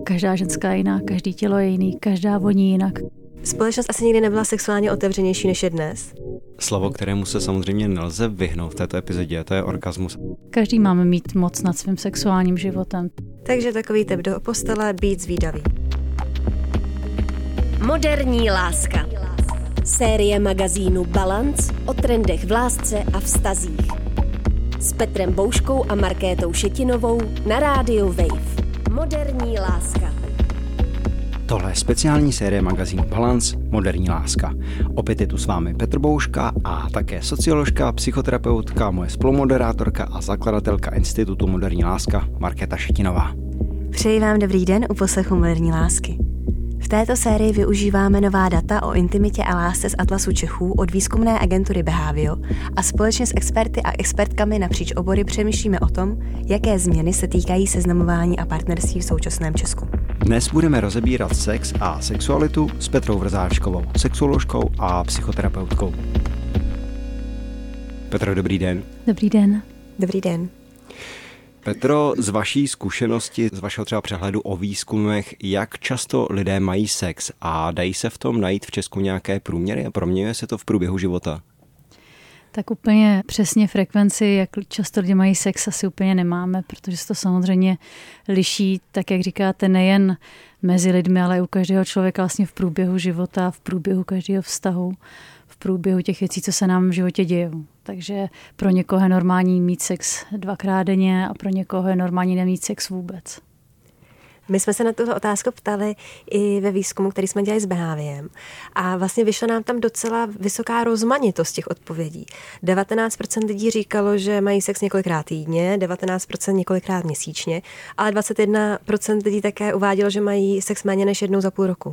Každá ženská je jiná, každý tělo je jiný, každá voní jinak. Společnost asi nikdy nebyla sexuálně otevřenější než je dnes. Slovo, kterému se samozřejmě nelze vyhnout v této epizodě, to je orgasmus. Každý máme mít moc nad svým sexuálním životem. Takže takový tep do postele, být zvídavý. Moderní láska. Série magazínu Balance o trendech v lásce a vztazích. S Petrem Bouškou a Markétou Šetinovou na rádiu Wave. Moderní láska. Tohle je speciální série magazínu Balance Moderní láska. Opět je tu s vámi Petr Bouška a také socioložka, psychoterapeutka, moje spolumoderátorka a zakladatelka Institutu Moderní láska Markéta Šetinová. Přeji vám dobrý den u poslechu Moderní lásky. V této sérii využíváme nová data o intimitě a lásce z Atlasu Čechů od výzkumné agentury Behavio a společně s experty a expertkami napříč obory přemýšlíme o tom, jaké změny se týkají seznamování a partnerství v současném Česku. Dnes budeme rozebírat sex a sexualitu s Petrou Vrzáčkovou, sexuoložkou a psychoterapeutkou. Petro, dobrý den. Dobrý den. Dobrý den. Petro, z vaší zkušenosti, z vašeho třeba přehledu o výzkumech, jak často lidé mají sex a dají se v tom najít v Česku nějaké průměry a proměňuje se to v průběhu života? Tak úplně přesně frekvenci, jak často lidi mají sex, asi úplně nemáme, protože se to samozřejmě liší, tak jak říkáte, nejen mezi lidmi, ale i u každého člověka vlastně v průběhu života, v průběhu každého vztahu, v průběhu těch věcí, co se nám v životě dějou. Takže pro někoho je normální mít sex 2krát denně a pro někoho je normální nemít sex vůbec. My jsme se na tuto otázku ptali i ve výzkumu, který jsme dělali s Behaviem. A vlastně vyšla nám tam docela vysoká rozmanitost těch odpovědí. 19% lidí říkalo, že mají sex několikrát týdně, 19% několikrát měsíčně, ale 21% lidí také uvádělo, že mají sex méně než jednou za půl roku.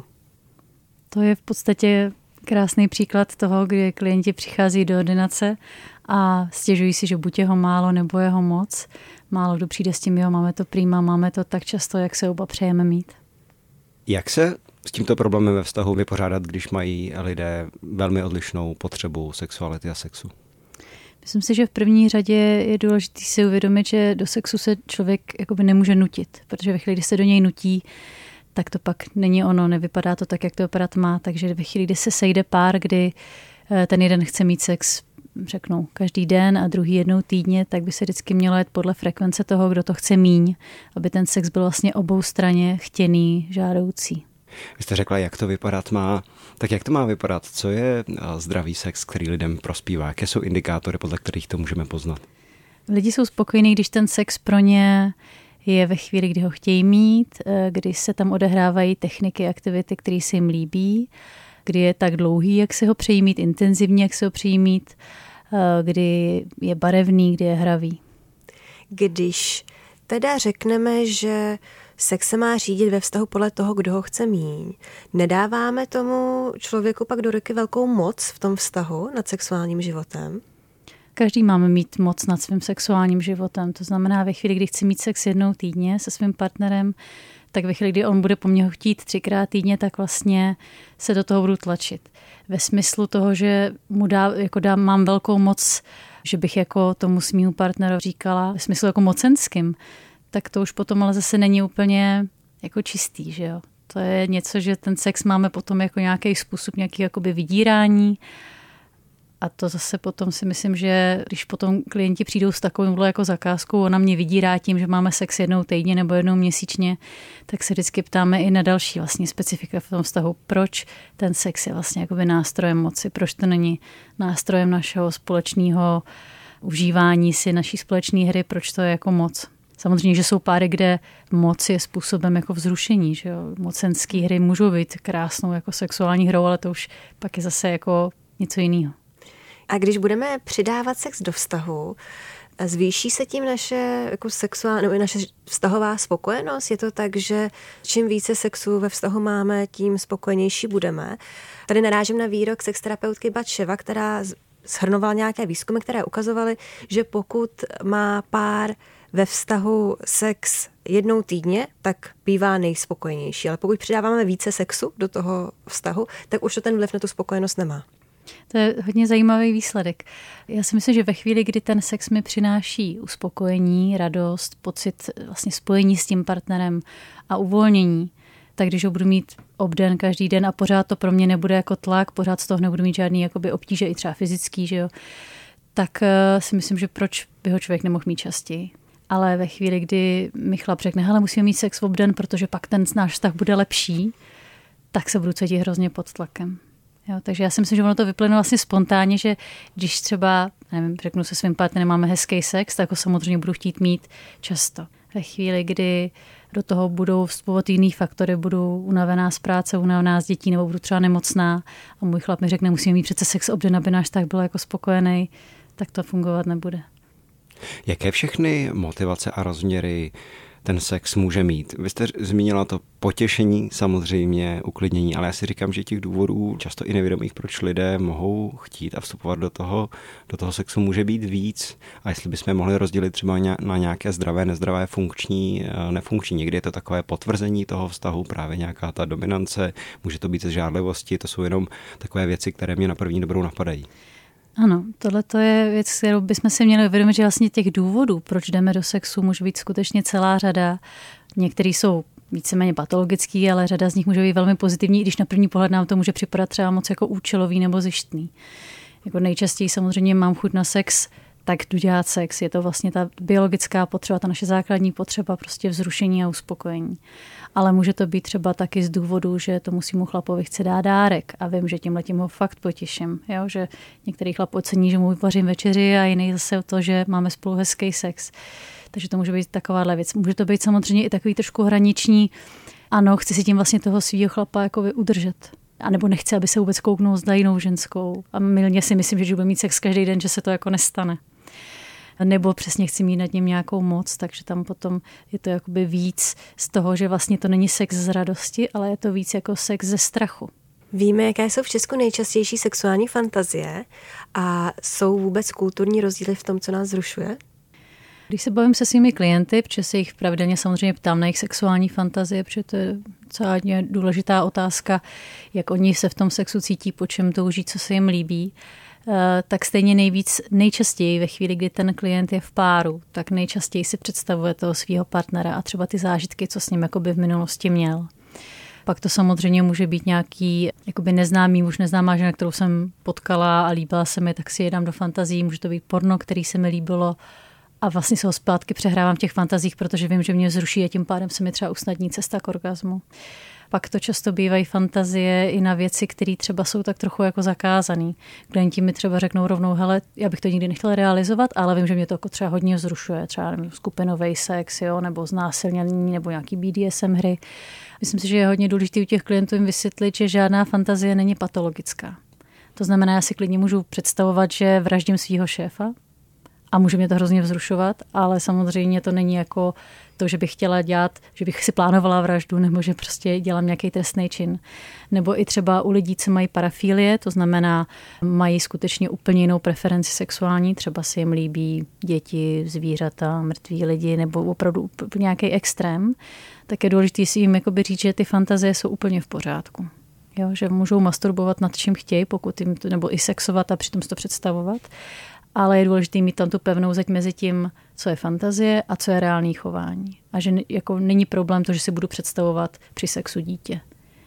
To je v podstatě krásný příklad toho, kdy klienti přichází do ordinace a stěžují si, že buď je ho málo, nebo je ho moc. Málo kdo přijde s tím, jo, máme to prima, máme to tak často, jak se oba přejeme mít. Jak se s tímto problémem ve vztahu vypořádat, když mají lidé velmi odlišnou potřebu sexuality a sexu? Myslím si, že v první řadě je důležité si uvědomit, že do sexu se člověk jakoby nemůže nutit, protože ve chvíli, kdy se do něj nutí, tak to pak není ono, nevypadá to tak, jak to vypadat má. Takže ve chvíli, kdy se sejde pár, kdy ten jeden chce mít sex, řeknou, každý den a druhý jednou týdně, tak by se vždycky mělo jet podle frekvence toho, kdo to chce míň, aby ten sex byl vlastně oboustranně chtěný, žádoucí. Vy jste řekla, jak to vypadat má. Tak jak to má vypadat? Co je zdravý sex, který lidem prospívá? Jaké jsou indikátory, podle kterých to můžeme poznat? Lidi jsou spokojení, když ten sex pro ně je ve chvíli, kdy ho chtějí mít, kdy se tam odehrávají techniky, aktivity, které se jim líbí, kdy je tak dlouhý, jak se ho přejí mít, intenzivní, jak se ho přejí mít, kdy je barevný, kdy je hravý. Když teda řekneme, že sex se má řídit ve vztahu podle toho, kdo ho chce míň, nedáváme tomu člověku pak do ruky velkou moc v tom vztahu nad sexuálním životem? Každý máme mít moc nad svým sexuálním životem. To znamená, ve chvíli, kdy chci mít sex jednou týdně se svým partnerem, tak ve chvíli, kdy on bude po mně chtít 3krát týdně, tak vlastně se do toho budu tlačit. Ve smyslu toho, že mu mám velkou moc, že bych jako tomu svýmu partneru říkala, ve smyslu jako mocenským, tak to už potom ale zase není úplně jako čistý, že jo. To je něco, že ten sex máme potom jako nějaký způsob, nějaký jakoby vydírání. A to zase potom si myslím, že když potom klienti přijdou s takovou jako zakázkou, ona mě vydírá tím, že máme sex jednou týdně nebo jednou měsíčně, tak se vždycky ptáme i na další vlastně specifika v tom vztahu. Proč ten sex je vlastně jakoby nástrojem moci? Proč to není nástrojem našeho společného užívání si, naší společné hry? Proč to je jako moc? Samozřejmě, že jsou páry, kde moc je způsobem jako vzrušení. Že jo? Mocenský hry můžou být krásnou jako sexuální hrou, ale to už pak je zase jako něco jiného. A když budeme přidávat sex do vztahu, zvýší se tím naše jako sexuální nebo naše vztahová spokojenost? Je to tak, že čím více sexu ve vztahu máme, tím spokojenější budeme? Tady narážím na výrok sexterapeutky Batševa, která shrnovala nějaké výzkumy, které ukazovaly, že pokud má pár ve vztahu sex jednou týdně, tak bývá nejspokojenější. Ale pokud přidáváme více sexu do toho vztahu, tak už to ten vliv na tu spokojenost nemá. To je hodně zajímavý výsledek. Já si myslím, že ve chvíli, kdy ten sex mi přináší uspokojení, radost, pocit vlastně spojení s tím partnerem a uvolnění, tak když ho budu mít obden každý den a pořád to pro mě nebude jako tlak, pořád z toho nebudu mít žádný jakoby obtíže, i třeba fyzický, že jo, tak si myslím, že proč by ho člověk nemohl mít častěji. Ale ve chvíli, kdy mi chlap řekne, hele, musíme mít sex obden, protože pak ten náš vztah bude lepší, tak se budu cítit hrozně pod tlakem. Jo, takže já si myslím, že ono to vyplynulo vlastně spontánně, že když třeba, nevím, řeknu se svým partnerem, máme hezký sex, tak ho samozřejmě budu chtít mít často. Ve chvíli, kdy do toho budou vstupovat jiný faktory, budu unavená z práce, unavená z dětí, nebo budu třeba nemocná a můj chlap mi řekne, musíme mít přece sex obden, aby náš vztah byl jako spokojený, tak to fungovat nebude. Jaké všechny motivace a rozměry ten sex může mít? Vy jste zmínila to potěšení, samozřejmě, uklidnění, ale já si říkám, že těch důvodů často i nevědomých, proč lidé mohou chtít a vstupovat do toho sexu může být víc. A jestli bychom mohli rozdělit třeba na nějaké zdravé, nezdravé, funkční, nefunkční. Někdy je to takové potvrzení toho vztahu, právě nějaká ta dominance, může to být ze žádlivosti, to jsou jenom takové věci, které mě na první dobrou napadají. Ano, tohle to je věc, kterou bychom si měli uvědomit, že vlastně těch důvodů, proč jdeme do sexu, může být skutečně celá řada. Některý jsou víceméně patologický, ale řada z nich může být velmi pozitivní, i když na první pohled nám to může připadat třeba moc jako účelový nebo zištný. Jako nejčastěji samozřejmě mám chuť na sex, tak jdu dělat sex. Je to vlastně ta biologická potřeba, ta naše základní potřeba, prostě vzrušení a uspokojení. Ale může to být třeba taky z důvodu, že to musímu chlapovi chci dát dárek a vím, že tímhletím ho fakt potěším. Jo? Že některý chlap ocení, že mu vařím večeři a jiný zase to, že máme spolu hezký sex. Takže to může být takováhle věc. Může to být samozřejmě i takový trošku hraniční. Ano, chci si tím vlastně toho svýho chlapa jakoby udržet. A nebo nechci, aby se vůbec kouknul s jinou ženskou. A mylně si myslím, že když budu mít sex každý den, že se to jako nestane. Nebo přesně chci mít nad ním nějakou moc, takže tam potom je to jakoby víc z toho, že vlastně to není sex z radosti, ale je to víc jako sex ze strachu. Víme, jaké jsou v Česku nejčastější sexuální fantazie a jsou vůbec kulturní rozdíly v tom, co nás vzrušuje? Když se bavím se svými klienty, protože se jich pravidelně samozřejmě ptám na jejich sexuální fantazie, protože to je celá důležitá otázka, jak oni se v tom sexu cítí, po čem touží, co se jim líbí, tak stejně nejčastěji ve chvíli, kdy ten klient je v páru, tak nejčastěji si představuje toho svého partnera a třeba ty zážitky, co s ním jakoby v minulosti měl. Pak to samozřejmě může být nějaký jakoby neznámý muž, neznámá žena, kterou jsem potkala a líbila se mi, tak si jedám do fantazí. Může to být porno, který se mi líbilo a vlastně se ho zpátky přehrávám v těch fantazích, protože vím, že mě vzruší a tím pádem se mi třeba usnadní cesta k orgazmu. Pak to často bývají fantazie i na věci, které třeba jsou tak trochu jako zakázaný. Klienti mi třeba řeknou rovnou, hele, já bych to nikdy nechtěla realizovat, ale vím, že mě to jako třeba hodně vzrušuje, třeba nevím, skupinový sex, jo, nebo znásilnění, nebo nějaký BDSM hry. Myslím si, že je hodně důležité u těch klientů jim vysvětlit, že žádná fantazie není patologická. To znamená, já si klidně můžu představovat, že vraždím svého šéfa a může mě to hrozně vzrušovat, ale samozřejmě to není jako to, že bych chtěla dělat, že bych si plánovala vraždu, nebo že prostě dělám nějaký trestný čin. Nebo i třeba u lidí, co mají parafilie, to znamená, mají skutečně úplně jinou preferenci sexuální, třeba si jim líbí děti, zvířata, mrtví lidi, nebo opravdu nějaký extrém, tak je důležité si jim jakoby říct, že ty fantazie jsou úplně v pořádku. Jo, že můžou masturbovat nad čím chtějí, pokud jim to, nebo i sexovat a přitom si to představovat. Ale je důležité mít tam tu pevnou zeď mezi tím, co je fantazie a co je reálný chování. A že jako není problém to, že si budu představovat při sexu dítě.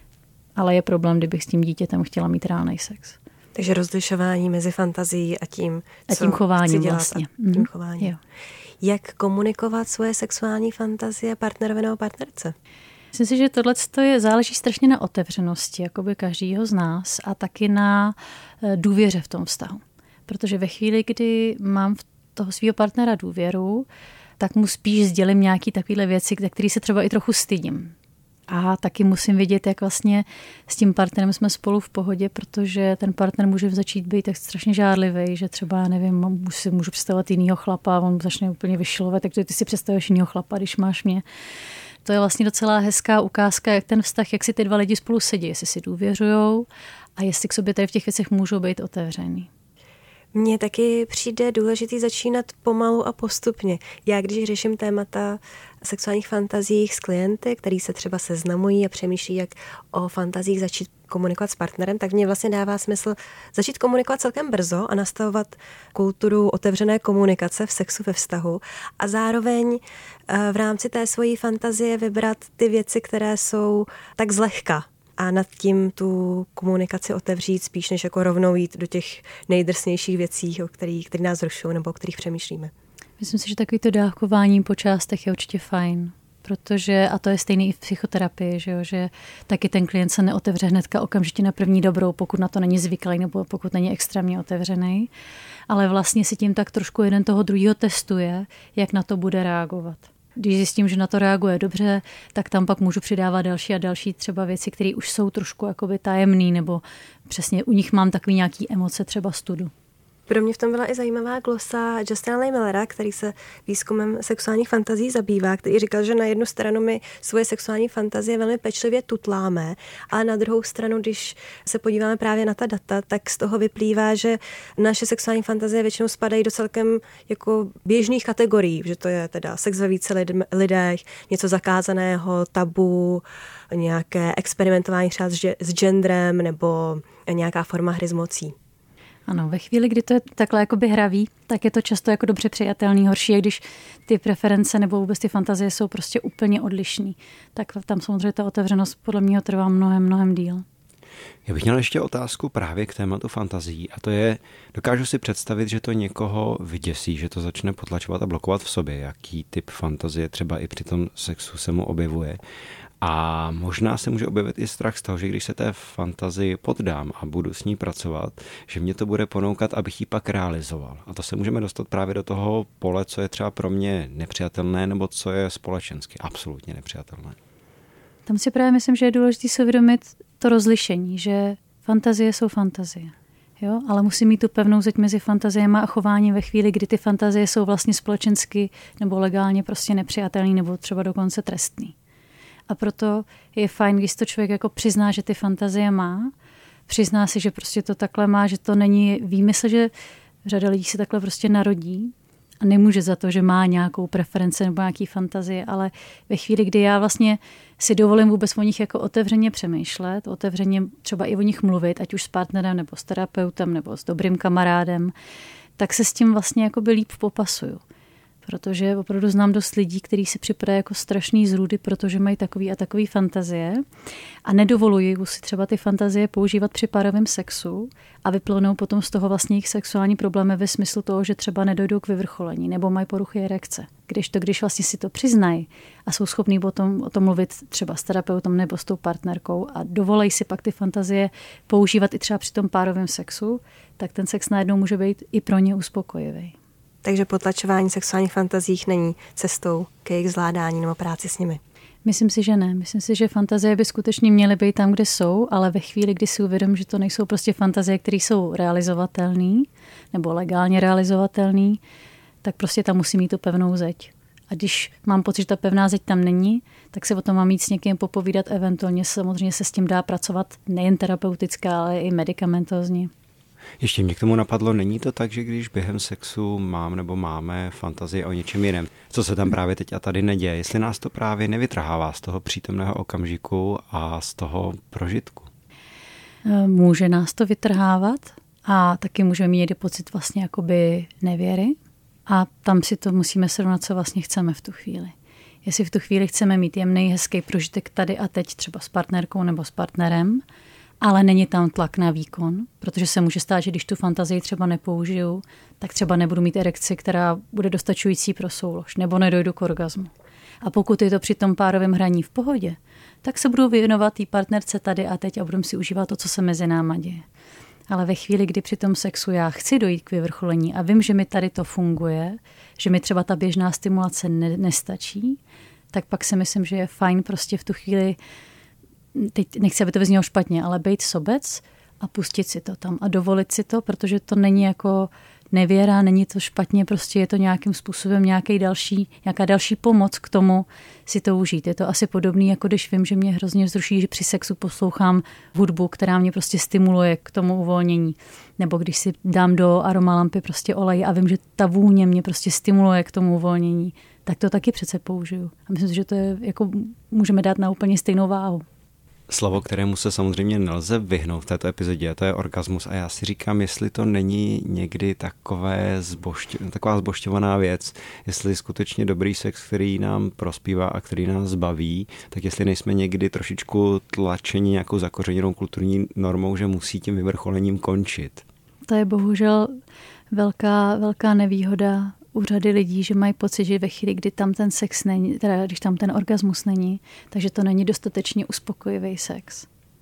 Ale je problém, kdybych s tím dítětem chtěla mít reálný sex. Takže rozlišování mezi fantazií a tím, co tím chováním chci dělat vlastně. A tím chováním. Jo. Jak komunikovat svoje sexuální fantazie partnerovi nebo partnerce? Myslím si, že tohle záleží strašně na otevřenosti jakoby každýho z nás a taky na důvěře v tom vztahu. Protože ve chvíli, kdy mám v toho svého partnera důvěru, tak mu spíš sdělím nějaké takovéhle věci, za které se třeba i trochu stydím. A taky musím vědět, jak vlastně s tím partnerem jsme spolu v pohodě, protože ten partner může začít být tak strašně žádlivý, že třeba, nevím, si můžu představovat jinýho chlapa a on začne úplně vyšilovat, takže ty si představuješ jinýho chlapa, když máš mě. To je vlastně docela hezká ukázka, jak ten vztah, jak si ty dva lidi spolu sedí, jestli si důvěřujou a jestli k sobě tady v těch věcech můžou být otevřený. Mně taky přijde důležitý začínat pomalu a postupně. Já, když řeším témata sexuálních fantazích s klienty, který se třeba seznamují a přemýšlí, jak o fantazích začít komunikovat s partnerem, tak mně vlastně dává smysl začít komunikovat celkem brzo a nastavovat kulturu otevřené komunikace v sexu ve vztahu a zároveň v rámci té svojí fantazie vybrat ty věci, které jsou tak zlehka a nad tím tu komunikaci otevřít spíš, než jako rovnou jít do těch nejdrsnějších věcí, o kterých nás zrušují nebo o kterých přemýšlíme. Myslím si, že takový to dávkování po částech je určitě fajn, protože, a to je stejný i v psychoterapii, že taky ten klient se neotevře hnedka okamžitě na první dobrou, pokud na to není zvyklý nebo pokud není extrémně otevřený, ale vlastně si tím tak trošku jeden toho druhého testuje, jak na to bude reagovat. Když zjistím, že na to reaguje dobře, tak tam pak můžu přidávat další a další třeba věci, které už jsou trošku jakoby tajemný, nebo přesně u nich mám takový nějaký emoce, třeba studu. Pro mě v tom byla i zajímavá glosa Justina Leymillera, který se výzkumem sexuálních fantazí zabývá, který říkal, že na jednu stranu my svoje sexuální fantazie velmi pečlivě tutláme, ale na druhou stranu, když se podíváme právě na ta data, tak z toho vyplývá, že naše sexuální fantazie většinou spadají do celkem jako běžných kategorií, že to je teda sex ve více lidech, něco zakázaného, tabu, nějaké experimentování třeba s genderem nebo nějaká forma hry s mocí. Ano, ve chvíli, kdy to je takhle jakoby hravý, tak je to často jako dobře přijatelný. Horší je, když ty preference nebo vůbec ty fantazie jsou prostě úplně odlišný. Tak tam samozřejmě ta otevřenost podle mě trvá mnohem díl. Já bych měl ještě otázku právě k tématu fantazí a to je, dokážu si představit, že to někoho vyděsí, že to začne potlačovat a blokovat v sobě, jaký typ fantazie třeba i při tom sexu se mu objevuje. A možná se může objevit i strach z toho, že když se té fantazii poddám a budu s ní pracovat, že mě to bude ponoukat, abych ji pak realizoval. A to se můžeme dostat právě do toho pole, co je třeba pro mě nepřijatelné, nebo co je společensky absolutně nepřijatelné. Tam si právě myslím, že je důležité si uvědomit to rozlišení, že fantazie jsou fantazie. Jo? Ale musí mít tu pevnou zeď mezi fantaziemi a chováním ve chvíli, kdy ty fantazie jsou vlastně společensky nebo legálně prostě nepřijatelný nebo třeba dokonce trestný. A proto je fajn, když to člověk jako přizná, že ty fantazie má, přizná si, že prostě to takhle má, že to není výmysl, že řada lidí se takhle prostě narodí a nemůže za to, že má nějakou preferenci nebo nějaký fantazie, ale ve chvíli, kdy já vlastně si dovolím vůbec o nich jako otevřeně přemýšlet, otevřeně třeba i o nich mluvit, ať už s partnerem nebo s terapeutem nebo s dobrým kamarádem, tak se s tím vlastně jakoby líp popasuju. Protože opravdu znám dost lidí, kteří si připadají jako strašný zrůdy, protože mají takový a takový fantazie a nedovolují si třeba ty fantazie používat při párovém sexu a vyplynou potom z toho vlastně jejich sexuální problémy ve smyslu toho, že třeba nedojdou k vyvrcholení nebo mají poruchy erekce. Když vlastně si to přiznají a jsou schopní o tom mluvit třeba s terapeutem nebo s tou partnerkou a dovolej si pak ty fantazie používat i třeba při tom párovém sexu, tak ten sex najednou může být i pro ně uspokojivý. Takže potlačování sexuálních fantazích není cestou k jejich zvládání nebo práci s nimi. Myslím si, že ne. Myslím si, že fantazie by skutečně měly být tam, kde jsou, ale ve chvíli, kdy si uvědomím, že to nejsou prostě fantazie, které jsou realizovatelné nebo legálně realizovatelné, tak prostě tam musí mít tu pevnou zeď. A když mám pocit, že ta pevná zeď tam není, tak se o tom mám mít s někým popovídat, eventuálně samozřejmě se s tím dá pracovat nejen terapeuticky, ale i medicamentózně. Ještě mě k tomu napadlo, není to tak, že když během sexu mám nebo máme fantazii o něčem jiném, co se tam právě teď a tady neděje, jestli nás to právě nevytrhává z toho přítomného okamžiku a z toho prožitku? Může nás to vytrhávat a taky můžeme mít pocit vlastně jakoby nevěry a tam si to musíme srovnat, co vlastně chceme v tu chvíli. Jestli v tu chvíli chceme mít jemný, hezký prožitek tady a teď třeba s partnerkou nebo s partnerem, ale není tam tlak na výkon, protože se může stát, že když tu fantazii třeba nepoužiju, tak třeba nebudu mít erekci, která bude dostačující pro soulož, nebo nedojdu k orgazmu. A pokud je to při tom párovém hraní v pohodě, tak se budu věnovat té partnerce tady a teď a budu si užívat to, co se mezi náma děje. Ale ve chvíli, kdy při tom sexu já chci dojít k vyvrcholení a vím, že mi tady to funguje, že mi třeba ta běžná stimulace nestačí, tak pak si myslím, že je fajn prostě v tu chvíli, teď nechci, aby to vyznělo špatně, ale být sobec a pustit si to tam a dovolit si to, protože to není jako nevěra, není to špatně, prostě je to nějakým způsobem nějaká další pomoc k tomu si to užít. Je to asi podobný, jako když vím, že mě hrozně vzruší, že při sexu poslouchám hudbu, která mě prostě stimuluje k tomu uvolnění. Nebo když si dám do aromalampy prostě olej a vím, že ta vůně mě prostě stimuluje k tomu uvolnění, tak to taky přece použiju. A myslím si, že to je, jako můžeme dát na úplně stejnou váhu. Slovo, kterému se samozřejmě nelze vyhnout v této epizodě, to je orgasmus. A já si říkám, jestli to není někdy taková zbožťovaná věc, jestli skutečně dobrý sex, který nám prospívá a který nás baví, tak jestli nejsme někdy trošičku tlačeni nějakou zakořeněnou kulturní normou, že musí tím vyvrcholením končit. To je bohužel velká nevýhoda u řady lidí, že mají pocit, že ve chvíli, kdy tam ten sex není, teda když tam ten orgasmus není, takže to není dostatečně uspokojivý sex.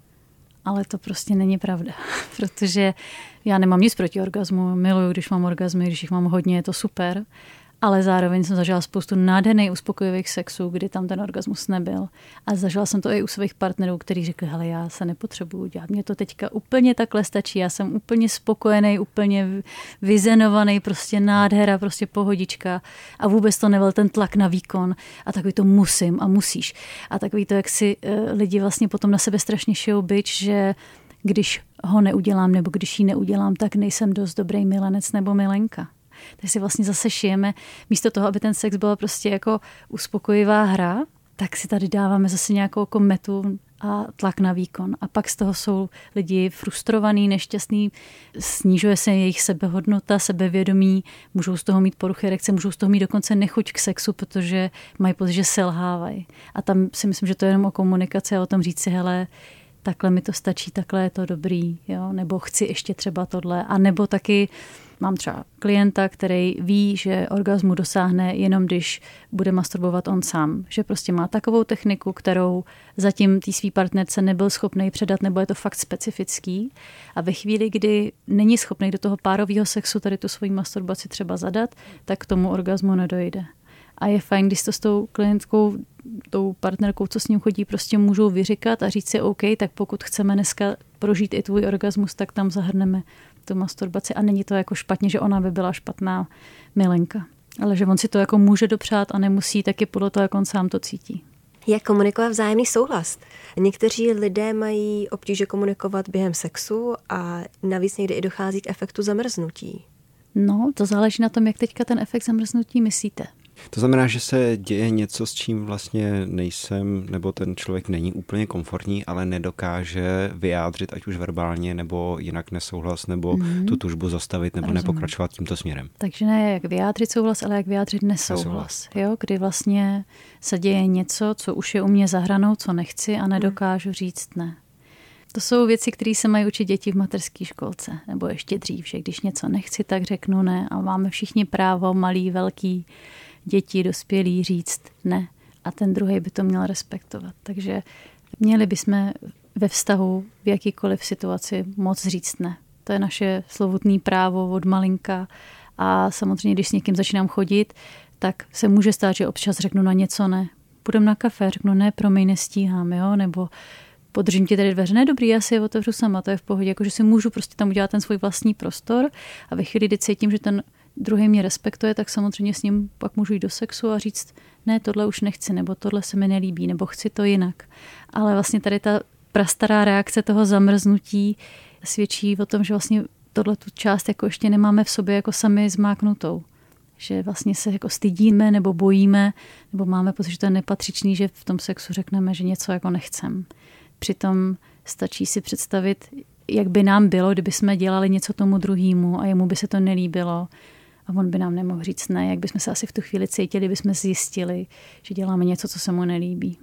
Ale to prostě není pravda, protože já nemám nic proti orgasmu, miluju, když mám orgasmy, když jich mám hodně, je to super, ale zároveň jsem zažila spoustu nádherných uspokojivých sexů, kdy tam ten orgasmus nebyl. A zažila jsem to i u svých partnerů, kteří řekli, hele, já se nepotřebuju dělat, mě to teďka úplně takhle stačí, já jsem úplně spokojený, úplně vyzenovaný, prostě nádhera, prostě pohodička a vůbec to nebyl ten tlak na výkon a takový to musím a musíš. A takový to, jak si lidi vlastně potom na sebe strašně šijou bič, že když ho neudělám nebo když ji neudělám, tak nejsem dost dobrý milenec nebo milenka. Tak si vlastně zase šijeme, místo toho, aby ten sex byla prostě jako uspokojivá hra, tak si tady dáváme zase nějakou metu a tlak na výkon. A pak z toho jsou lidi frustrovaní, nešťastní, snižuje se jejich sebehodnota, sebevědomí, můžou z toho mít poruchy erekce, můžou z toho mít dokonce nechuť k sexu, protože mají pocit, že selhávají. A tam si myslím, že to je jenom o komunikaci a o tom říct si, hele, takhle mi to stačí, takhle je to dobrý, jo? Nebo chci ještě třeba tohle. A nebo taky mám třeba klienta, který ví, že orgasmu dosáhne jenom když bude masturbovat on sám. Že prostě má takovou techniku, kterou zatím té svý partnerce nebyl schopný předat, nebo je to fakt specifický. A ve chvíli, kdy není schopný do toho párového sexu tady tu svoji masturbaci třeba zadat, tak k tomu orgasmu nedojde. A je fajn, když to s tou klientkou, tou partnerkou, co s ním chodí, prostě můžou vyříkat a říct si OK, tak pokud chceme dneska prožít i tvůj orgasmus, tak tam zahrneme tu masturbaci. A není to jako špatně, že ona by byla špatná milenka. Ale že on si to jako může dopřát a nemusí, taky podle toho, jak on sám to cítí. Jak komunikovat vzájemný souhlas? Někteří lidé mají obtíže komunikovat během sexu a navíc někdy i dochází k efektu zamrznutí. No, to záleží na tom, jak teďka ten efekt zamrznutí myslíte. To znamená, že se děje něco, s čím vlastně nejsem, nebo ten člověk není úplně komfortní, ale nedokáže vyjádřit, ať už verbálně, nebo jinak nesouhlas, nebo tu tužbu zastavit, nebo nepokračovat tímto směrem. Takže ne jak vyjádřit souhlas, ale jak vyjádřit nesouhlas. Jo? Kdy vlastně se děje něco, co už je u mě za hranou, co nechci a nedokážu říct ne. To jsou věci, které se mají učit děti v mateřské školce, nebo ještě dřív, že když něco nechci, tak řeknu ne a máme všichni právo, malý, velký, děti, dospělí říct ne a ten druhý by to měl respektovat. Takže měli bychom ve vztahu v jakýkoliv situaci moc říct ne. To je naše slovutné právo od malinka a samozřejmě, když s někým začínám chodit, tak se může stát, že občas řeknu na něco ne. Půjdem na kafe, řeknu ne, promiň, nestíhám, jo, nebo podržím ti tady dveře, ne, dobrý, já si je otevřu sama, to je v pohodě, jakože si můžu prostě tam udělat ten svůj vlastní prostor a ve chvíli, kdy cítím, že ten druhý mě respektuje, tak samozřejmě s ním pak můžu jít do sexu a říct, ne, tohle už nechci, nebo tohle se mi nelíbí, nebo chci to jinak. Ale vlastně tady ta prastará reakce toho zamrznutí svědčí o tom, že vlastně tohle tu část jako ještě nemáme v sobě jako sami zmáknutou. Že vlastně se jako stydíme nebo bojíme, nebo máme pocit, že to je nepatřičný, že v tom sexu řekneme, že něco jako nechcem. Přitom stačí si představit, jak by nám bylo, kdyby jsme dělali něco tomu druhému a jemu by se to nelíbilo. A on by nám nemohl říct ne, jak bychom se asi v tu chvíli cítili, bychom zjistili, že děláme něco, co se mu nelíbí.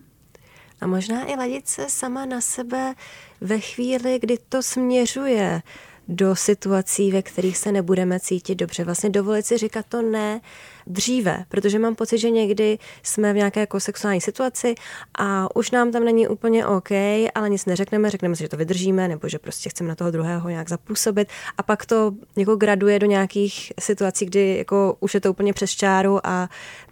A možná i ladit se sama na sebe ve chvíli, kdy to směřuje do situací, ve kterých se nebudeme cítit dobře. Vlastně dovolit si říkat to ne dříve, protože mám pocit, že někdy jsme v nějaké jako sexuální situaci a už nám tam není úplně OK, ale nic neřekneme, řekneme si, že to vydržíme nebo že prostě chceme na toho druhého nějak zapůsobit a pak to jako graduje do nějakých situací, kdy jako už je to úplně přes čáru a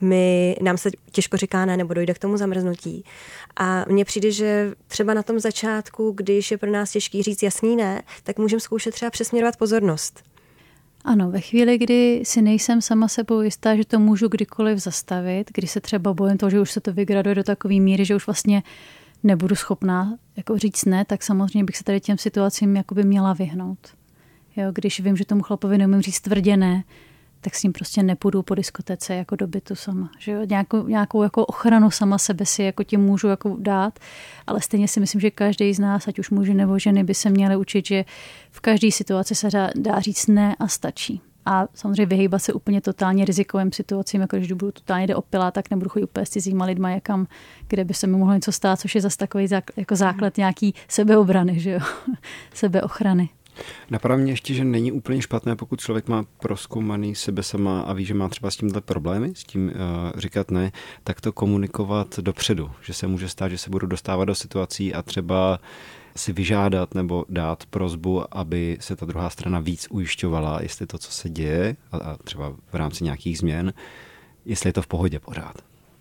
nám se těžko říká ne nebo dojde k tomu zamrznutí. A mně přijde, že třeba na tom začátku, když je pro nás těžký říct jasný ne, tak můžeme zkoušet třeba přesměrovat pozornost. Ano, ve chvíli, kdy si nejsem sama sebou jistá, že to můžu kdykoliv zastavit, kdy se třeba bojím toho, že už se to vygraduje do takové míry, že už vlastně nebudu schopná jako říct ne, tak samozřejmě bych se tady těm situacím jakoby měla vyhnout. Jo, když vím, že tomu chlapovi neumím říct tvrdě ne, tak s ním prostě nepůjdu po diskotéce jako do bytu sama. Že jo? Nějakou jako ochranu sama sebe si jako tím můžu jako dát, ale stejně si myslím, že každý z nás, ať už muži nebo ženy, by se měli učit, že v každé situaci se dá říct ne a stačí. A samozřejmě vyhýbat se úplně totálně rizikovým situacím, jako když budu totálně jde opilá, tak nebudu chodit úplně s cizíma lidma někam, kde by se mi mohlo něco stát, což je zase takový jako základ nějaký sebeobrany, že jo? Sebeochrany. Napadá mě ještě, že není úplně špatné, pokud člověk má prozkoumaný sebe sama a ví, že má třeba s tímhle problémy, s tím říkat ne, tak to komunikovat dopředu. Že se může stát, že se budu dostávat do situací a třeba si vyžádat nebo dát prosbu, aby se ta druhá strana víc ujišťovala, jestli to, co se děje, a třeba v rámci nějakých změn, jestli je to v pohodě pořád.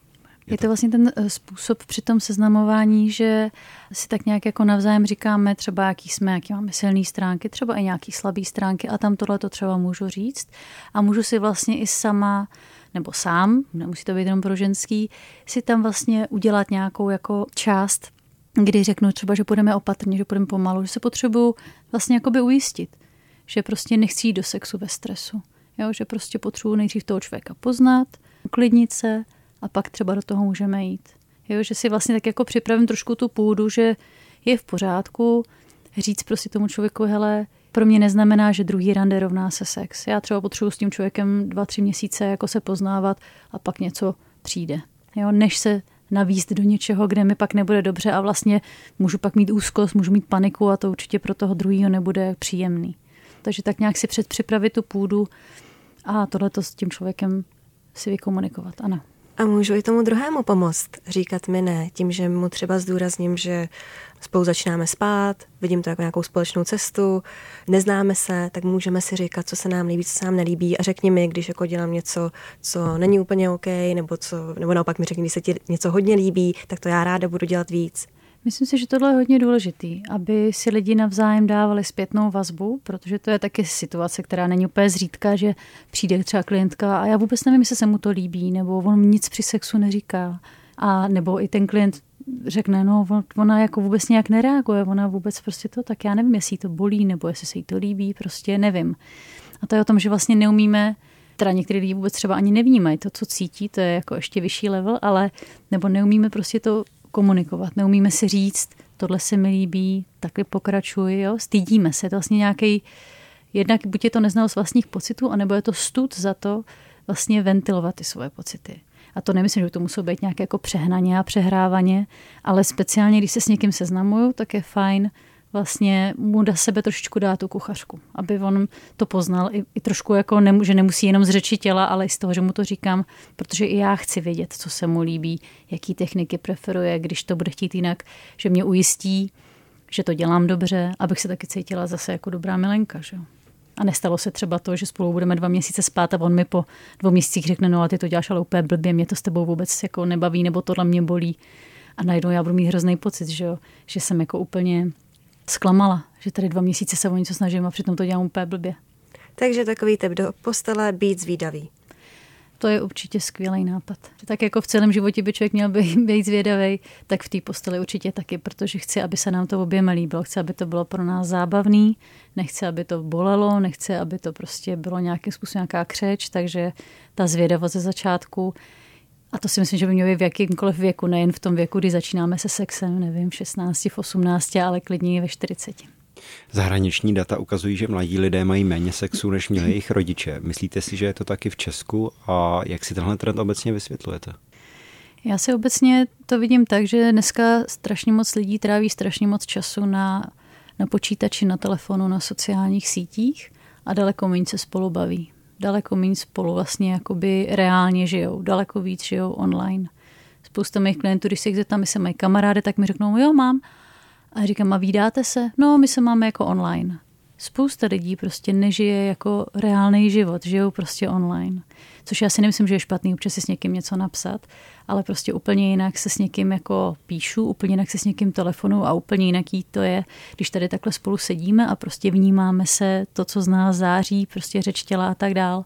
Je to vlastně ten způsob při tom seznamování, že si tak nějak jako navzájem říkáme třeba, jaký máme silné stránky, třeba i nějaký slabé stránky a tam tohle to třeba můžu říct. A můžu si vlastně i sama, nebo sám, nemusí to být jenom pro ženský, si tam vlastně udělat nějakou jako část, kdy řeknu třeba, že půjdeme opatrně, že půjdeme pomalu, že se potřebuju vlastně jakoby ujistit, že prostě nechci jít do sexu ve stresu. Jo, že prostě potřebuji nejdřív toho člověka poznat, uklidnit se, a pak třeba do toho můžeme jít. Jo, že si vlastně tak jako připravím trošku tu půdu, že je v pořádku říct prostě tomu člověku, hele, pro mě neznamená, že druhý rande rovná se sex. Já třeba potřebuji s tím člověkem 2-3 měsíce jako se poznávat a pak něco přijde. Jo, než se navíst do něčeho, kde mi pak nebude dobře a vlastně můžu pak mít úzkost, můžu mít paniku a to určitě pro toho druhýho nebude příjemný. Takže tak nějak si předpřipravit tu půdu a tohleto s tím člověkem si vykomunikovat. Ano. A můžu i tomu druhému pomoct, říkat mi ne, tím, že mu třeba zdůrazním, že spolu začínáme spát, vidím to jako nějakou společnou cestu, neznáme se, tak můžeme si říkat, co se nám líbí, co se nám nelíbí a řekni mi, když jako dělám něco, co není úplně OK, nebo naopak mi řekni, když se ti něco hodně líbí, tak to já ráda budu dělat víc. Myslím si, že tohle je hodně důležitý, aby si lidi navzájem dávali zpětnou vazbu, protože to je taky situace, která není úplně zřídka, že přijde třeba klientka a já vůbec nevím, jestli se mu to líbí, nebo on nic při sexu neříká. A nebo i ten klient řekne, no ona jako vůbec nějak nereaguje, ona vůbec prostě to, tak já nevím, jestli jí to bolí, nebo jestli se jí to líbí, prostě nevím. A to je o tom, že vlastně neumíme, teda některý lidi vůbec třeba ani nevnímají to, co cítí, to je jako ještě vyšší level, ale nebo neumíme prostě to komunikovat, neumíme si říct, tohle se mi líbí, takhle pokračuji, jo? Stydíme se, to vlastně nějaký, jednak buď je to neznalost vlastních pocitů, anebo je to stud za to vlastně ventilovat ty svoje pocity. A to nemyslím, že to musí být nějaké jako přehnaně a přehrávaně, ale speciálně, když se s někým seznamuju, tak je fajn vlastně mu da sebe trošičku dát tu kuchařku, aby on to poznal i trošku jako, že nemusí jenom z řeči těla, ale i z toho, že mu to říkám, protože i já chci vědět, co se mu líbí, jaký techniky preferuje, když to bude chtít jinak, že mě ujistí, že to dělám dobře, abych se taky cítila zase jako dobrá milenka. Že? A nestalo se třeba to, že spolu budeme 2 měsíce spát a on mi po 2 měsících řekne, no a ty to děláš ale úplně blbě, mě to s tebou vůbec jako nebaví, nebo tohle mě bolí. A najednou já budu mít hrozný pocit, že jsem jako úplně zklamala, že tady 2 měsíce se o něco snažím a přitom to dělám úplně blbě. Takže takový tip do postele, být zvídavý. To je určitě skvělý nápad. Tak jako v celém životě by člověk měl být zvědavý, tak v té posteli určitě taky, protože chci, aby se nám to oběma líbilo. Chci, aby to bylo pro nás zábavný, nechci, aby to bolelo, nechci, aby to prostě bylo nějakým způsobem nějaká křeč, takže ta zvědavost ze začátku. A to si myslím, že by mělo být v jakýmkoliv věku, nejen v tom věku, kdy začínáme se sexem, nevím, v 16, v 18, ale klidně i ve 40. Zahraniční data ukazují, že mladí lidé mají méně sexu, než měli jejich rodiče. Myslíte si, že je to taky v Česku a jak si tenhle trend obecně vysvětlujete? Já si obecně to vidím tak, že dneska strašně moc lidí tráví strašně moc času na počítači, na telefonu, na sociálních sítích a daleko méně se spolu baví. Daleko méně spolu vlastně jakoby reálně žijou, daleko víc žijou online. Spousta mých klientů, když se jich zeptám, jestli mají kamarády, tak mi řeknou, jo, mám. A říkám, a vídáte se? No, my se máme jako online. spousta lidí prostě nežije jako reálný život, žijou prostě online. Což já si nemyslím, že je špatný občas si s někým něco napsat, ale prostě úplně jinak se s někým jako píšu, úplně jinak se s někým telefonu a úplně jinaký to je, když tady takhle spolu sedíme a prostě vnímáme se to, co z nás září, prostě řeč těla a tak dál.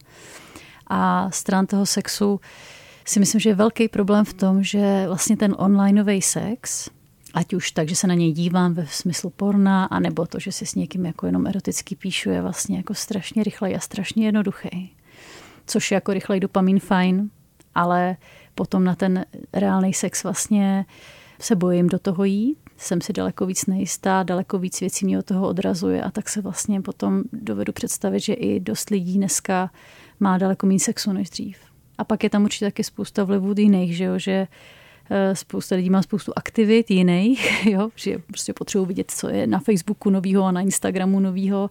A stran toho sexu si myslím, že je velký problém v tom, že vlastně ten onlineový sex, ať už tak, že se na něj dívám ve smyslu porna, anebo to, že si s někým jako jenom eroticky píšu, je vlastně jako strašně rychlej a strašně jednoduchý. Což je jako rychlej dopamin fajn, ale potom na ten reálný sex vlastně se bojím do toho jít. Jsem si daleko víc nejistá, daleko víc věcí mě od toho odrazuje a tak se vlastně potom dovedu představit, že i dost lidí dneska má daleko méně sexu než dřív. A pak je tam určitě taky spousta vlivů jiných, že spousta lidí má spoustu aktivit jiných, jo? Že prostě potřebují vidět, co je na Facebooku novýho a na Instagramu novýho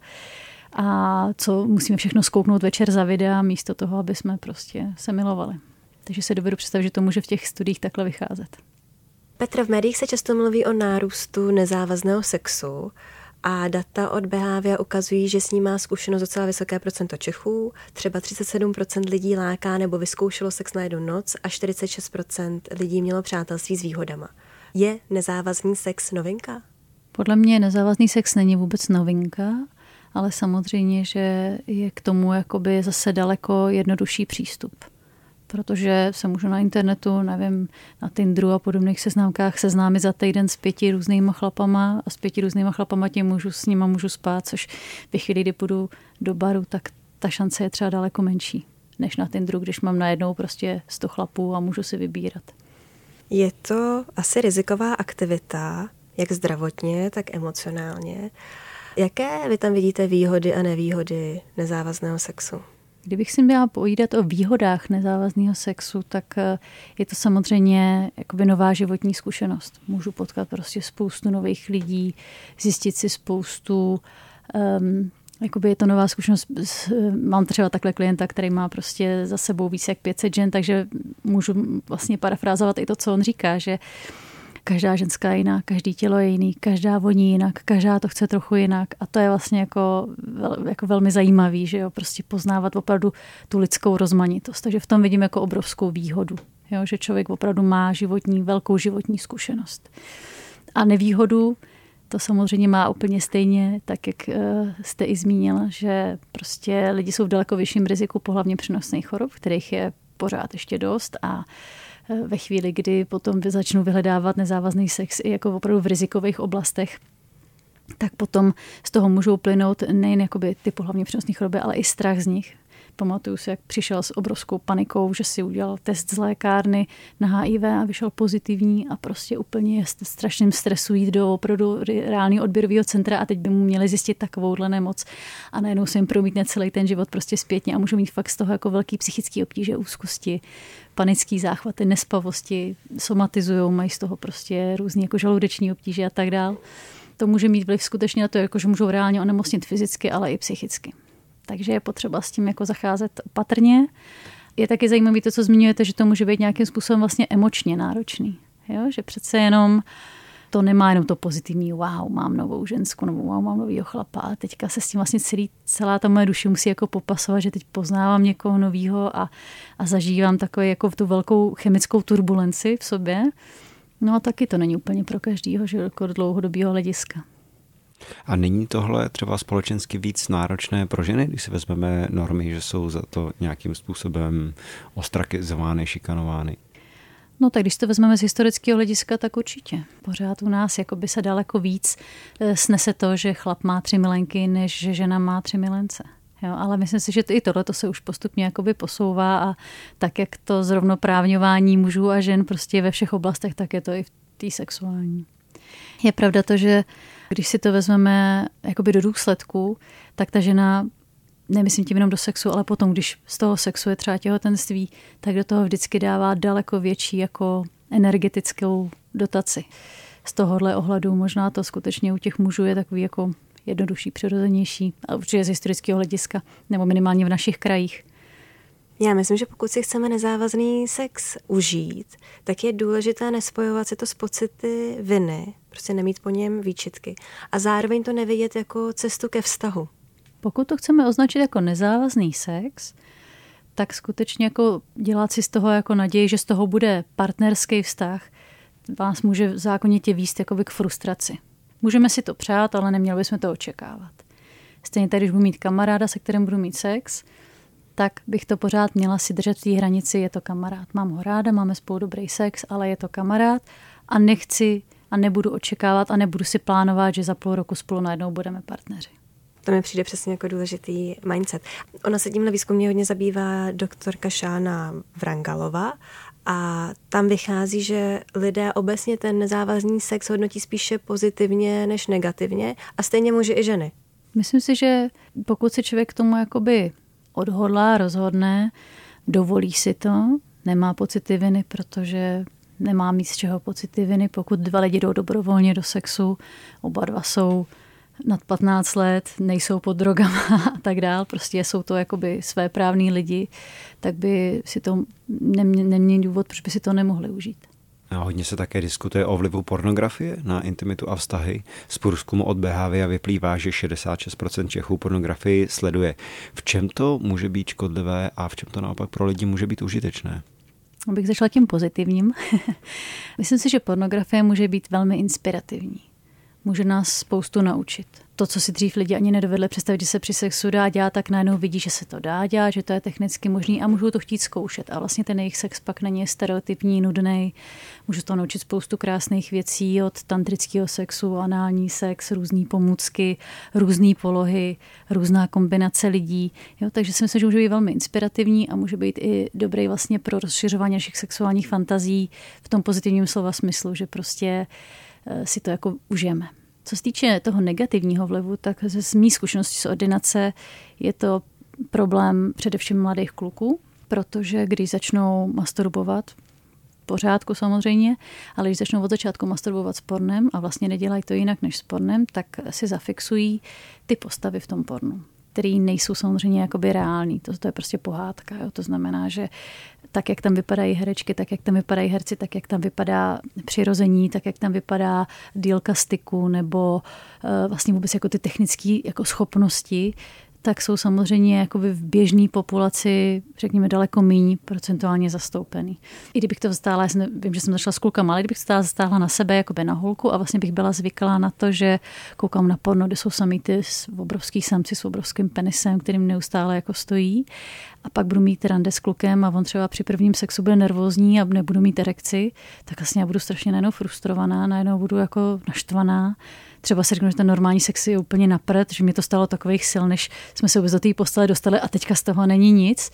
a co musíme všechno zkouknout večer za videa místo toho, aby jsme prostě se milovali. Takže se dovedu představit, že to může v těch studiích takhle vycházet. Petr, v médiích se často mluví o nárůstu nezávazného sexu a data od Behavia ukazují, že s ním má zkušenost docela vysoké procento Čechů. Třeba 37% lidí láká nebo vyzkoušelo sex na jednu noc a 46% lidí mělo přátelství s výhodama. Je nezávazný sex novinka? Podle mě nezávazný sex není vůbec novinka, ale samozřejmě, že je k tomu jakoby zase daleko jednodušší přístup. Protože se můžu na internetu, nevím, na Tinderu a podobných seznámkách seznámit za týden s 5 různýma chlapama a s 5 různýma chlapama s nima můžu spát, což ve chvíli, kdy půjdu do baru, tak ta šance je třeba daleko menší, než na Tinderu, když mám najednou prostě 100 chlapů a můžu si vybírat. Je to asi riziková aktivita, jak zdravotně, tak emocionálně. Jaké vy tam vidíte výhody a nevýhody nezávazného sexu? Kdybych si měla povídat o výhodách nezávazného sexu, tak je to samozřejmě jakoby nová životní zkušenost. Můžu potkat prostě spoustu nových lidí, zjistit si spoustu, jakoby je to nová zkušenost. Mám třeba takhle klienta, který má prostě za sebou víc jak 500 žen, takže můžu vlastně parafrázovat i to, co on říká, že každá ženská je jiná, každý tělo je jiný, každá voní jinak, každá to chce trochu jinak a to je vlastně jako velmi zajímavý, že jo, prostě poznávat opravdu tu lidskou rozmanitost. Takže v tom vidím jako obrovskou výhodu, jo, že člověk opravdu má velkou životní zkušenost. A nevýhodu to samozřejmě má úplně stejně, tak jak jste i zmínila, že prostě lidi jsou v daleko vyšším riziku pohlavně přenosných chorob, kterých je pořád ještě dost a ve chvíli, kdy potom začnu vyhledávat nezávazný sex i jako opravdu v rizikových oblastech, tak potom z toho můžou plynout nejen jakoby ty pohlavně přenosné choroby, ale i strach z nich. Pamatuju si, jak přišel s obrovskou panikou, že si udělal test z lékárny na HIV a vyšel pozitivní a prostě úplně je strašným stresu jít do opravdu reálného odběrového centra a teď by mu měli zjistit takovouhle nemoc a najednou se jim promítne celý ten život prostě zpětně a můžou mít fakt z toho jako velký psychický obtíže, úzkosti, panický záchvaty, nespavosti, somatizujou, mají z toho prostě různý jako žaludeční obtíže a tak dál. To může mít vliv skutečně na to, jako že můžou reálně onemocnit fyzicky, ale i psychicky. Takže je potřeba s tím jako zacházet opatrně. Je taky zajímavé to, co zmiňujete, že to může být nějakým způsobem vlastně emočně náročný. Jo? Že přece jenom to nemá jenom to pozitivní, wow, mám novou ženskou, wow, mám novýho chlapa. A teďka se s tím vlastně celá ta moje duše musí jako popasovat, že teď poznávám někoho novýho a zažívám takovou jako tu velkou chemickou turbulenci v sobě. No a taky to není úplně pro každýho, že jako dlouhodobého hlediska. A není tohle třeba společensky víc náročné pro ženy, když si vezmeme normy, že jsou za to nějakým způsobem ostrakizovány, šikanovány? No tak když to vezmeme z historického hlediska, tak určitě. Pořád u nás jakoby se daleko víc snese to, že chlap má 3 milenky, než že žena má 3 milence. Jo, ale myslím si, že i tohle se už postupně jakoby posouvá a tak, jak to zrovnoprávňování mužů a žen prostě ve všech oblastech, tak je to i v té sexuální. Je pravda to, že když si to vezmeme jakoby do důsledku, tak ta žena, nemyslím tím jenom do sexu, ale potom, když z toho sexu je třeba těhotenství, tak do toho vždycky dává daleko větší jako energetickou dotaci. Z tohohle ohledu možná to skutečně u těch mužů je takový jako jednodušší, přirozenější, a určitě z historického hlediska, nebo minimálně v našich krajích. Já myslím, že pokud si chceme nezávazný sex užít, tak je důležité nespojovat si to s pocity viny, prostě nemít po něm výčitky a zároveň to nevidět jako cestu ke vztahu. Pokud to chceme označit jako nezávazný sex, tak skutečně jako dělat si z toho jako naději, že z toho bude partnerský vztah, vás může zákonitě vést jakoby k frustraci. Můžeme si to přát, ale neměli bychom to očekávat. Stejně tak, když budu mít kamaráda, se kterým budu mít sex, tak bych to pořád měla si držet v té hranici, je to kamarád. Mám ho ráda, máme spolu dobrý sex, ale je to kamarád a nechci a nebudu očekávat a nebudu si plánovat, že za půl roku spolu najednou budeme partneři. To mi přijde přesně jako důležitý mindset. Ona se tímhle výzkumně hodně zabývá doktorka Šána Vrangalova a tam vychází, že lidé obecně ten nezávazný sex hodnotí spíše pozitivně než negativně a stejně muži i ženy. Myslím si, že pokud se člověk k tomu jakoby odhodlá, rozhodne, dovolí si to, nemá pocity viny, protože nemá mít z čeho pocity viny, pokud dva lidi jdou dobrovolně do sexu, oba dva jsou nad 15 let, nejsou pod drogama a tak dál, prostě jsou to jakoby svéprávní lidi, tak by si to neměli důvod, proč by si to nemohli užít. A hodně se také diskutuje o vlivu pornografie na intimitu a vztahy. Z průzkumu od Behavia vyplývá, že 66% Čechů pornografii sleduje. V čem to může být škodlivé a v čem to naopak pro lidi může být užitečné? Abych začala tím pozitivním. Myslím si, že pornografie může být velmi inspirativní. Může nás spoustu naučit. To, co si dřív lidi ani nedovedli představit, že se při sexu dá dělat, tak najednou vidí, že se to dá dělat, že to je technicky možný a můžou to chtít zkoušet. A vlastně ten jejich sex pak není stereotypní, nudný. Můžu to naučit spoustu krásných věcí od tantrického sexu, anální sex, různý pomůcky, různé polohy, různá kombinace lidí. Jo, takže si myslím, že může být velmi inspirativní a může být i dobrý vlastně pro rozšiřování našich sexuálních fantazí v tom pozitivním slova smyslu, že prostě si to jako užijeme. Co se týče toho negativního vlivu, tak z mý zkušenosti z ordinace je to problém především mladých kluků, protože když začnou masturbovat, v pořádku samozřejmě, ale když začnou od začátku masturbovat s pornem a vlastně nedělají to jinak než s pornem, tak si zafixují ty postavy v tom pornu, které nejsou samozřejmě jakoby reální. To je prostě pohádka. Jo? To znamená, že tak, jak tam vypadají herečky, tak, jak tam vypadají herci, tak, jak tam vypadá přirození, tak, jak tam vypadá dílka styku nebo vlastně vůbec jako ty technické jako schopnosti, tak jsou samozřejmě jakoby v běžné populaci, řekněme, daleko méně procentuálně zastoupený. I kdybych to zastáhla, vím, že jsem začala s klukama, ale kdybych to zastáhla na sebe, jakoby na holku a vlastně bych byla zvyklá na to, že koukám na porno, kde jsou samý ty obrovský samci s obrovským penisem, kterým neustále jako stojí. A pak budu mít rande s klukem a on třeba při prvním sexu bude nervózní a nebudu mít erekci, tak vlastně já budu strašně najednou frustrovaná, najednou budu jako naštvaná. Třeba si řeknu, že ten normální sex je úplně na prd, že mě to stalo takových sil, než jsme se vůbec do té postele dostali a teďka z toho není nic.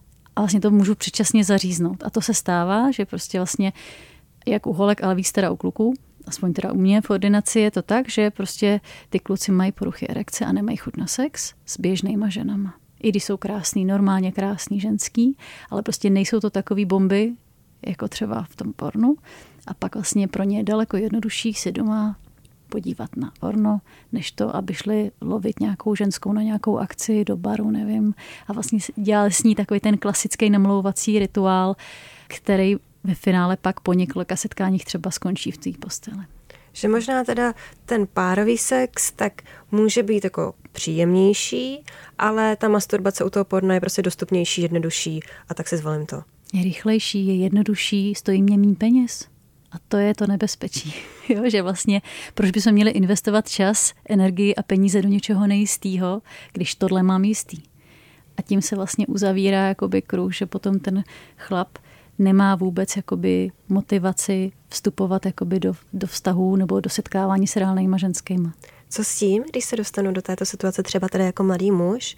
A vlastně to můžu předčasně zaříznout. A to se stává, že prostě vlastně jak u holek, ale víc teda u kluků, aspoň teda u mě v ordinaci je to tak, že prostě ty kluci mají poruchy erekce a nemají chuť na sex s běžnýma ženama. I když jsou krásný, normálně krásný ženský, ale prostě nejsou to takový bomby, jako třeba v tom pornu. A pak vlastně pro ně je daleko jednodušší si doma podívat na porno, než to, aby šli lovit nějakou ženskou na nějakou akci do baru, nevím. A vlastně dělali s ní takový ten klasický namlouvací rituál, který ve finále pak po několika setkáních třeba skončí v té posteli. Že možná teda ten párový sex tak může být jako příjemnější, ale ta masturbace u toho porna je prostě dostupnější, jednodušší a tak si zvolím to. Je rychlejší, je jednodušší, stojí mě méně peněz. A to je to nebezpečí, jo? Že vlastně proč bychom měli investovat čas, energii a peníze do něčeho nejistého, když tohle mám jistý. A tím se vlastně uzavírá jakoby kruh, že potom ten chlap nemá vůbec jakoby motivaci vstupovat jakoby do vztahů nebo do setkávání s reálnýma ženskýma. Co s tím, když se dostanu do této situace třeba teda jako mladý muž,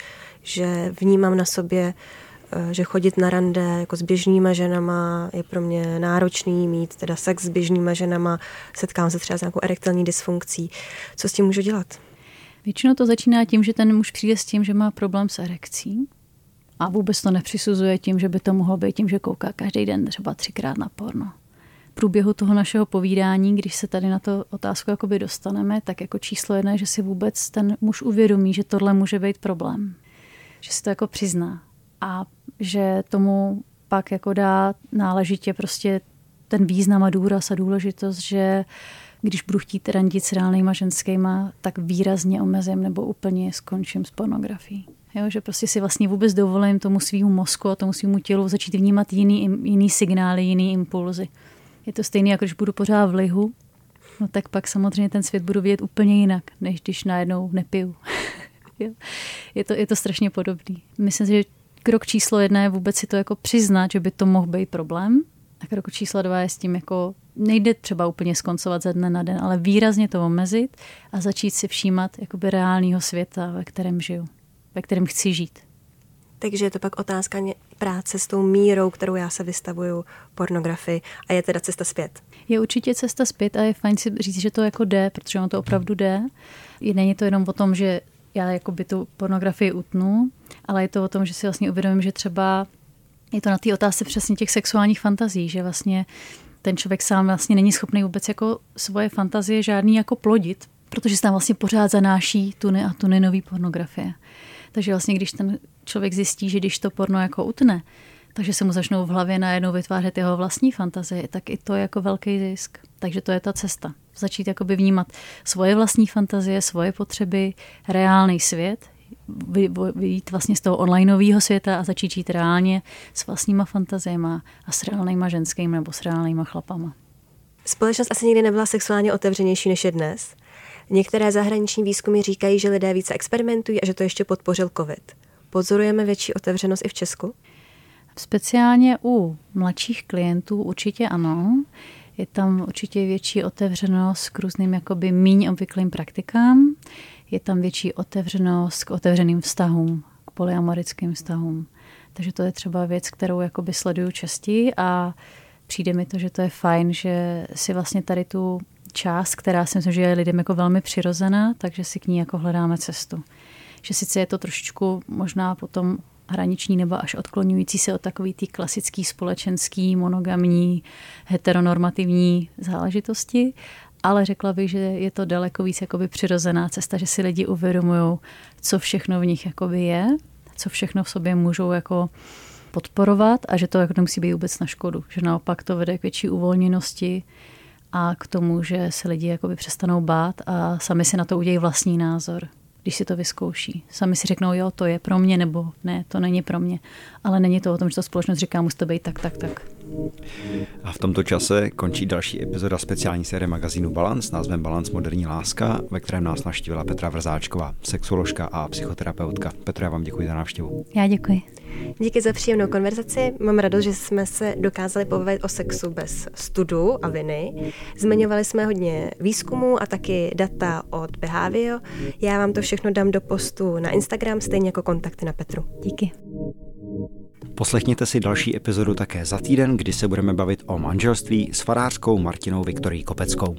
že vnímám na sobě, že chodit na rande jako s běžnýma ženama je pro mě náročný, mít teda sex s běžnýma ženama, setkám se třeba s nějakou erektilní dysfunkcí. Co s tím můžu dělat? Většinou to začíná tím, že ten muž přijde s tím, že má problém s erekcí a vůbec to nepřisuzuje tím, že by to mohlo být tím, že kouká každý den třeba 3krát na porno. V průběhu toho našeho povídání, když se tady na to otázku jakoby dostaneme, tak jako číslo 1 je, že si vůbec ten muž uvědomí, že tohle může být problém. Že si to jako přizná. A že tomu pak jako dá náležitě prostě ten význam a důraz a důležitost, že když budu chtít randit s reálnýma ženskýma, tak výrazně omezím nebo úplně skončím s pornografií. Jo, že prostě si vlastně vůbec dovolím tomu svýmu mozku a tomu svýmu tělu začít vnímat jiný signály, jiný impulzy. Je to stejné, jako když budu pořád v lihu, no tak pak samozřejmě ten svět budu vidět úplně jinak, než když najednou nepiju. Je to strašně podobný. Myslím si, že krok číslo 1 je vůbec si to jako přiznat, že by to mohl být problém. A krok číslo 2 je s tím jako nejde třeba úplně skoncovat ze dne na den, ale výrazně to omezit a začít si všímat jakoby reálného světa, ve kterém žiju, ve kterém chci žít. Takže je to pak otázka práce s tou mírou, kterou já se vystavuju pornografii a je teda cesta zpět. Je určitě cesta zpět a je fajn si říct, že to jako jde, protože ono to opravdu jde. Není to jenom o tom, že já jakoby tu pornografii utnu, ale je to o tom, že si vlastně uvědomím, že třeba je to na té otázce přesně těch sexuálních fantazí, že vlastně ten člověk sám vlastně není schopný vůbec jako svoje fantazie žádný jako plodit, protože se tam vlastně pořád zanáší tuny a tuny nový pornografie. Takže vlastně, když ten člověk zjistí, že když to porno jako utne, takže se mu začnou v hlavě najednou vytvářet jeho vlastní fantazie, tak i to je jako velký zisk. Takže to je ta cesta. Začít jakoby vnímat svoje vlastní fantazie, svoje potřeby, reálný svět, vyjít vlastně z toho onlineového světa a začít žít reálně s vlastníma fantaziema a s reálnýma ženskými nebo s reálnýma chlapama. Společnost asi nikdy nebyla sexuálně otevřenější než je dnes. Některé zahraniční výzkumy říkají, že lidé více experimentují a že to ještě podpořil COVID. Pozorujeme větší otevřenost i v Česku? Speciálně u mladších klientů určitě ano. Je tam určitě větší otevřenost k různým jakoby míň obvyklým praktikám. Je tam větší otevřenost k otevřeným vztahům, k polyamorickým vztahům. Takže to je třeba věc, kterou jakoby sleduju častěji a přijde mi to, že to je fajn, že si vlastně tady tu část, která si myslím, že je lidem jako velmi přirozená, takže si k ní jako hledáme cestu. Že sice je to trošičku možná potom hraniční nebo až odkloňující se od takový ty klasický společenský, monogamní, heteronormativní záležitosti, ale řekla bych, že je to daleko víc jakoby přirozená cesta, že si lidi uvědomují, co všechno v nich jakoby je, co všechno v sobě můžou jako podporovat a že to jako nemusí být vůbec na škodu. Že naopak to vede k větší uvolněnosti a k tomu, že se lidi jakoby přestanou bát a sami si na to udělají vlastní názor, když si to vyzkouší. Sami si řeknou, jo, to je pro mě, nebo ne, to není pro mě. Ale není to o tom, že ta společnost říká, musí to být tak. A v tomto čase končí další epizoda speciální série magazínu Balance s názvem Balance moderní láska, ve kterém nás navštívila Petra Vrzáčková, sexuoložka a psychoterapeutka. Petro, já vám děkuji za návštěvu. Já děkuji. Díky za příjemnou konverzaci. Mám radost, že jsme se dokázali pobavit o sexu bez studu a viny. Zmiňovali jsme hodně výzkumů a taky data od Behavio. Já vám to všechno dám do postu na Instagram, stejně jako kontakty na Petru. Díky. Poslechněte si další epizodu také za týden, kdy se budeme bavit o manželství s farářkou Martinou Viktorií Kopeckou.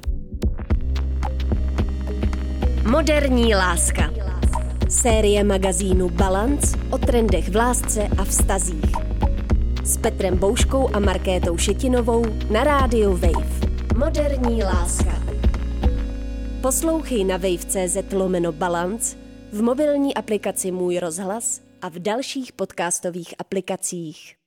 Moderní láska. Série magazínu Balance o trendech v lásce a vztazích. S Petrem Bouškou a Markétou Šetinovou na rádiu Wave. Moderní láska. Poslouchej na wave.cz/balance, v mobilní aplikaci Můj rozhlas a v dalších podcastových aplikacích.